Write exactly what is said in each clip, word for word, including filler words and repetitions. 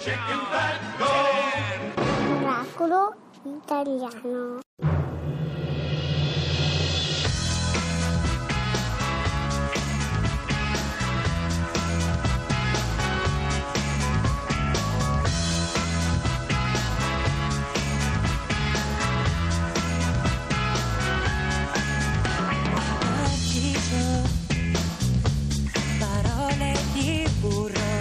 chicken fat go. Miracolo italiano. Parole di burro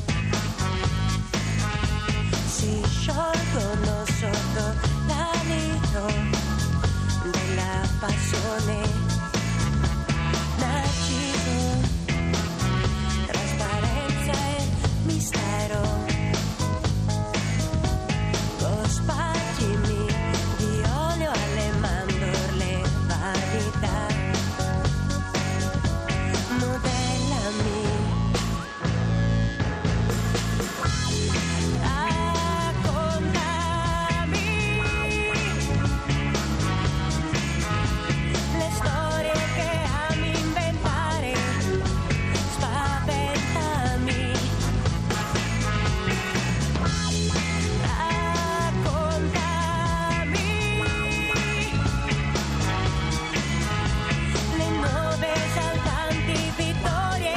si sciolgono sotto l'alito della passione. Narciso, trasparenza e mistero, cospargimi di olio alle mandorle, vanità. Modellami, raccontami le storie che ami inventare, spaventami, raccontami le nuove esaltanti vittorie.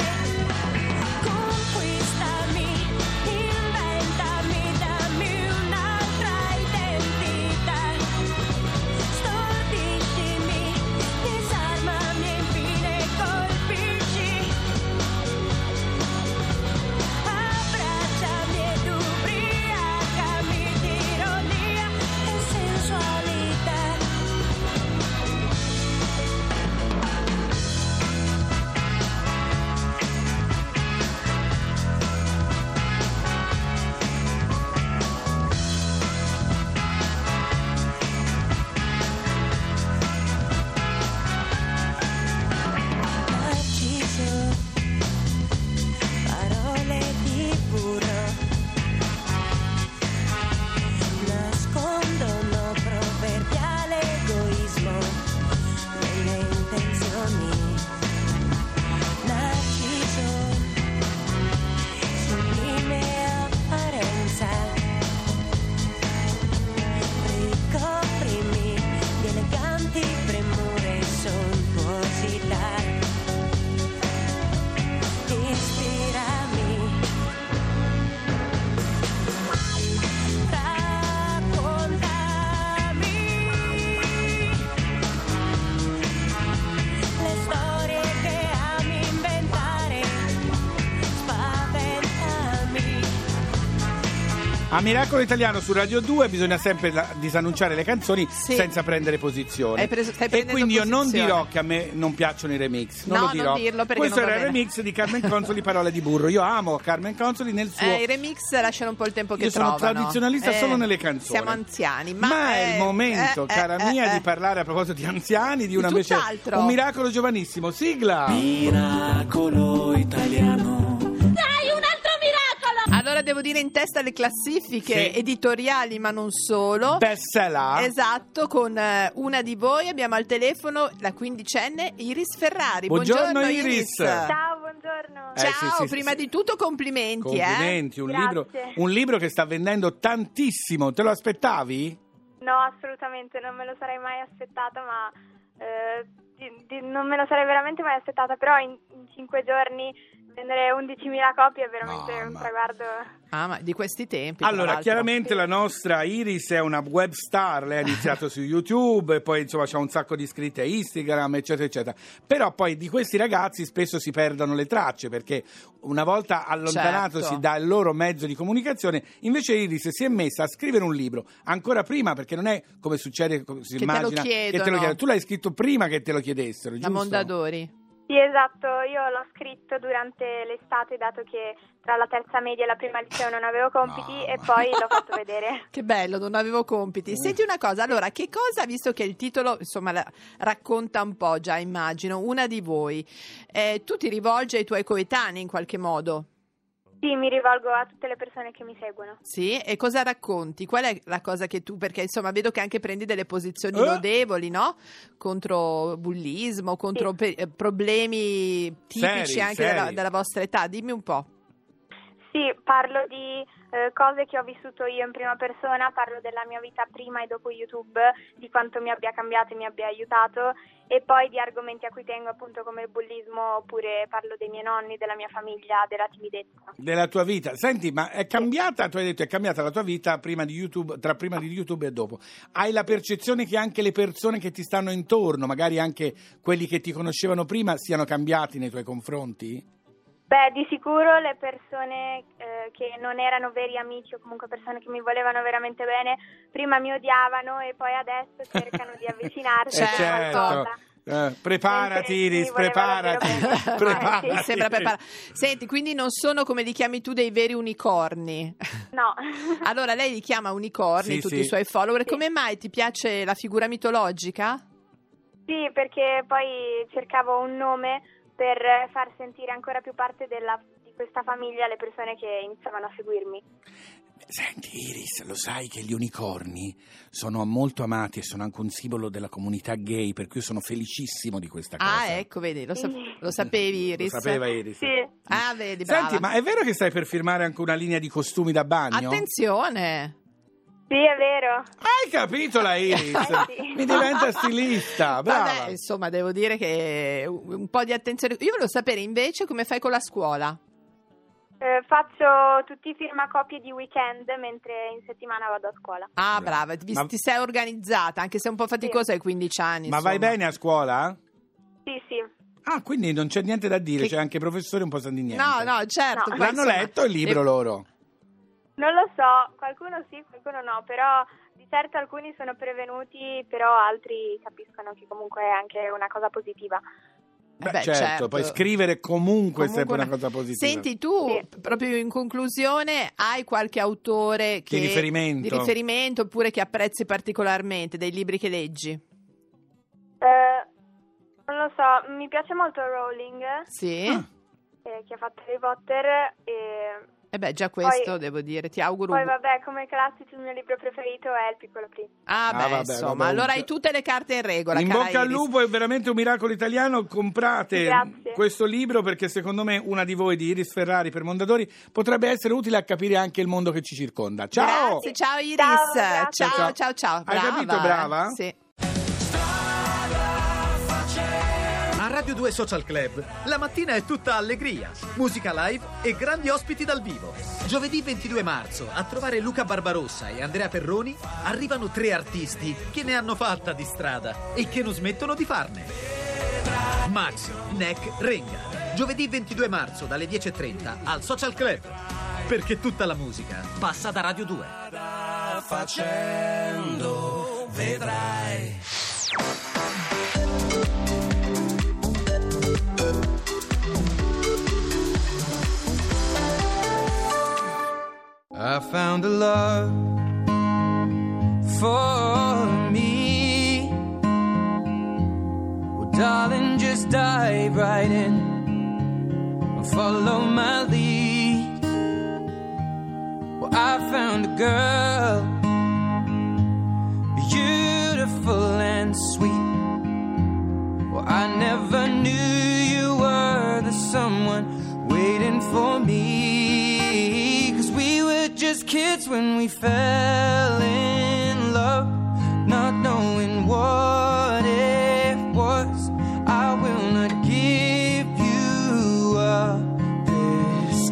Conquistami, inventami, dammi un'altra identità. Stordiscimi, disarmami e infine colpisci. Abbracciami ed ubriacami di ironia e sensualità. Narciso, parole di burro nascondono proverbiale egoismo nelle intenzioni. Narciso, sublime apparenza, ricoprimi di eleganti premure e sontuosità. Ispirami, raccontami le storie che ami inventare, spaventami. A Miracolo Italiano su Radio due bisogna sempre la- disannunciare le canzoni Sì. senza prendere posizione. Hai preso- stai e prendendo quindi io non posizione. dirò che a me non piacciono i remix. Non No, lo dirò. non dirlo, perché Questo non va era il bene. remix di Carmen Consoli, Parole di burro. Io amo Carmen Consoli nel suo. Eh, I remix lasciano un po' il tempo che Io sono trovano. tradizionalista Eh, solo nelle canzoni. Siamo anziani, ma, Ma è eh, il momento, eh, cara eh, mia, eh, di parlare a proposito di anziani, di una Di invece tutt'altro. un miracolo giovanissimo. Sigla! Miracolo italiano. Allora devo dire in testa le classifiche Sì. editoriali, ma non solo. Bestseller. Esatto, con eh, una di voi abbiamo al telefono la quindicenne Iris Ferrari. Buongiorno, Iris. Ciao, buongiorno. Eh, Ciao, sì, sì, prima sì. di tutto complimenti. Complimenti, un, Grazie. libro, un libro che sta vendendo tantissimo. Te lo aspettavi? No, assolutamente, non me lo sarei mai aspettata, ma eh, di- di- non me lo sarei veramente mai aspettata, però in, in cinque giorni vendere undicimila copie è veramente un Mamma. traguardo. Ah, ma di questi tempi. tra Allora, l'altro. chiaramente la nostra Iris è una web star, lei ha iniziato su YouTube e poi insomma c'ha un sacco di iscritti a Instagram, eccetera, eccetera. Però poi di questi ragazzi spesso si perdono le tracce perché una volta allontanatosi Certo. dal loro mezzo di comunicazione, invece Iris si è messa a scrivere un libro ancora prima, perché non è come succede, come si Che te lo immagina, che te lo chiedono. chiedono. Tu l'hai scritto prima che te lo chiedessero, La giusto? Mondadori. Sì, esatto, io l'ho scritto durante l'estate, dato che tra la terza media e la prima liceo non avevo compiti, Mamma. e poi l'ho fatto vedere. Che bello, non avevo compiti. Senti una cosa, allora, che cosa, visto che il titolo, insomma, la- racconta un po' già, immagino, una di voi, eh, tu ti rivolgi ai tuoi coetanei in qualche modo? Sì, mi rivolgo a tutte le persone che mi seguono. Sì? E cosa racconti? Qual è la cosa che tu, perché insomma vedo che anche prendi delle posizioni Eh? lodevoli, no? Contro bullismo, contro Sì. pe- eh, problemi tipici Seri, anche seri. della, della vostra età. Dimmi un po'. Sì, parlo di eh, cose che ho vissuto io in prima persona, parlo della mia vita prima e dopo YouTube, di quanto mi abbia cambiato e mi abbia aiutato, e poi di argomenti a cui tengo, appunto, come il bullismo, oppure parlo dei miei nonni, della mia famiglia, della timidezza. Della tua vita. Senti, ma è cambiata, tu hai detto, è cambiata la tua vita prima di YouTube, tra prima di YouTube e dopo. Hai la percezione che anche le persone che ti stanno intorno, magari anche quelli che ti conoscevano prima, siano cambiati nei tuoi confronti? Beh, di sicuro le persone eh, che non erano veri amici, o comunque persone che mi volevano veramente bene, prima mi odiavano e poi adesso cercano di avvicinarsi Eh, a certo. qualcosa. Eh, preparati, Mentre Iris, mi voleva preparati, davvero bene. preparati. Eh, Mi sembra preparato. Senti, quindi non sono, come li chiami tu, dei veri unicorni. No. Allora lei li chiama unicorni, Sì, tutti sì. i suoi follower. Sì. Come mai ti piace la figura mitologica? Sì, perché poi cercavo un nome per far sentire ancora più parte della, di questa famiglia le persone che iniziavano a seguirmi. Senti Iris, lo sai che gli unicorni sono molto amati e sono anche un simbolo della comunità gay, per cui sono felicissimo di questa cosa. Ah, ecco, vedi, lo, sap- Sì. lo sapevi, Iris? Lo sapeva Iris. Sì. Ah, vedi, brava. Senti, ma è vero che stai per firmare anche una linea di costumi da bagno? Attenzione! Sì, è vero. Hai capito la Iris? Eh, sì. Mi diventa stilista, brava. Vabbè, insomma, devo dire che un un po' di attenzione. Io volevo sapere invece come fai con la scuola. Eh, faccio tutti i firmacopie di weekend, mentre in settimana vado a scuola. Ah, brava, ti, Ma- ti sei organizzata, anche se è un po' faticosa, hai quindici anni. Ma vai insomma. bene a scuola? Sì, sì. Ah, quindi non c'è niente da dire, Che- c'è anche i professori un po' sanno di niente. No, no, certo. No. poi, L'hanno insomma, letto il libro le- loro? Non lo so, qualcuno sì, qualcuno no, però di certo alcuni sono prevenuti, però altri capiscono che comunque è anche una cosa positiva. Beh, beh, certo, certo. poi scrivere comunque, è sempre Comunque una cosa positiva. Senti, tu, Sì. proprio in conclusione, hai qualche autore che, Di riferimento. di riferimento oppure che apprezzi particolarmente, dei libri che leggi? Eh, non lo so, mi piace molto Rowling, Sì? Ah. eh, che ha fatto Harry Potter, e E beh, già questo Poi- devo dire, ti auguro poi un... vabbè, come classici il mio libro preferito è Il Piccolo Principe. Ah, Ah, beh, vabbè, insomma, vabbè, allora un- hai tutte le carte in regola, In cara bocca al Iris. lupo, è veramente un miracolo italiano. Comprate Grazie. questo libro, perché secondo me una di voi, di Iris Ferrari per Mondadori, potrebbe essere utile a capire anche il mondo che ci circonda. Ciao! Grazie, ciao Iris. Ciao, grazie. ciao, Ciao. ciao, ciao. Hai Brava, capito, brava? eh? Sì. A Radio due Social Club la mattina è tutta allegria, musica live e grandi ospiti dal vivo. Giovedì ventidue marzo, a trovare Luca Barbarossa e Andrea Perroni, arrivano tre artisti che ne hanno fatta di strada e che non smettono di farne. Maxi, Neck, Renga. Giovedì ventidue marzo dalle dieci e trenta al Social Club. Perché tutta la musica passa da Radio due. Facendo, vedrai. I found a love for me. Well, darling, just dive right in and follow my lead. Well, I found a girl, beautiful and sweet. Well, I never knew you were the someone waiting for me, 'cause we were just kids when we fell in love, not knowing what it was. I will not give you up this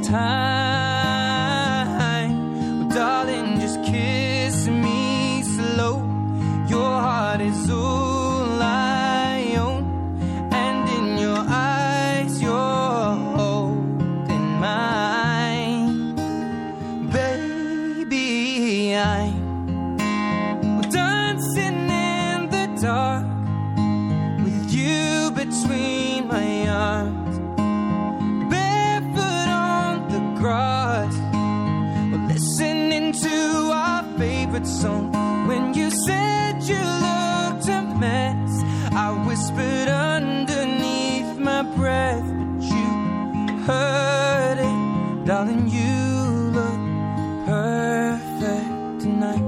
time. Well, darling, just kiss me slow. Your heart is all I own, and in your eyes you're holding mine. Baby, I'm dancing in the dark with you between my arms, barefoot on the grass, listening to our favorite song. When you said you looked a mess, I whispered underneath my breath, but you heard it. Darling, you look perfect tonight.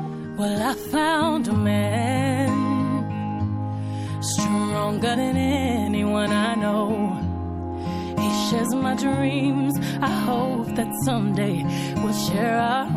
Well, I found a man stronger than shares my dreams. I hope that someday we'll share our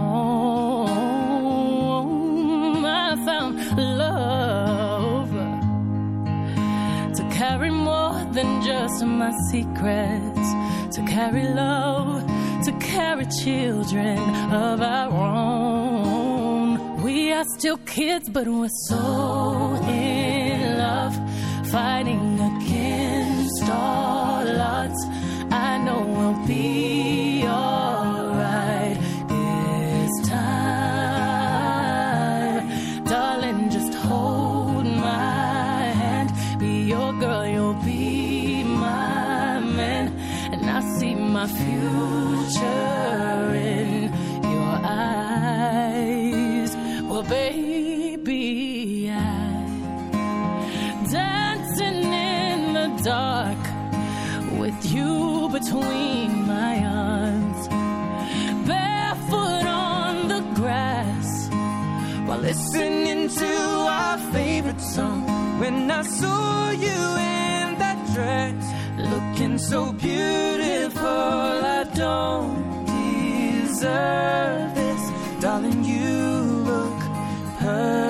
home. I found love to carry more than just my secrets, to carry love, to carry children of our own. We are still kids, but we're so in love, fighting against all odds. I know we'll be alright this time. Darling, just hold my hand, be your girl, you'll be my man, and I see my future in your eyes. Well, baby, I dancing in the dark with you between my arms, barefoot on the grass while listening to our favorite song. When I saw you in that dress, looking so beautiful, I don't deserve this. Darling, you look perfect.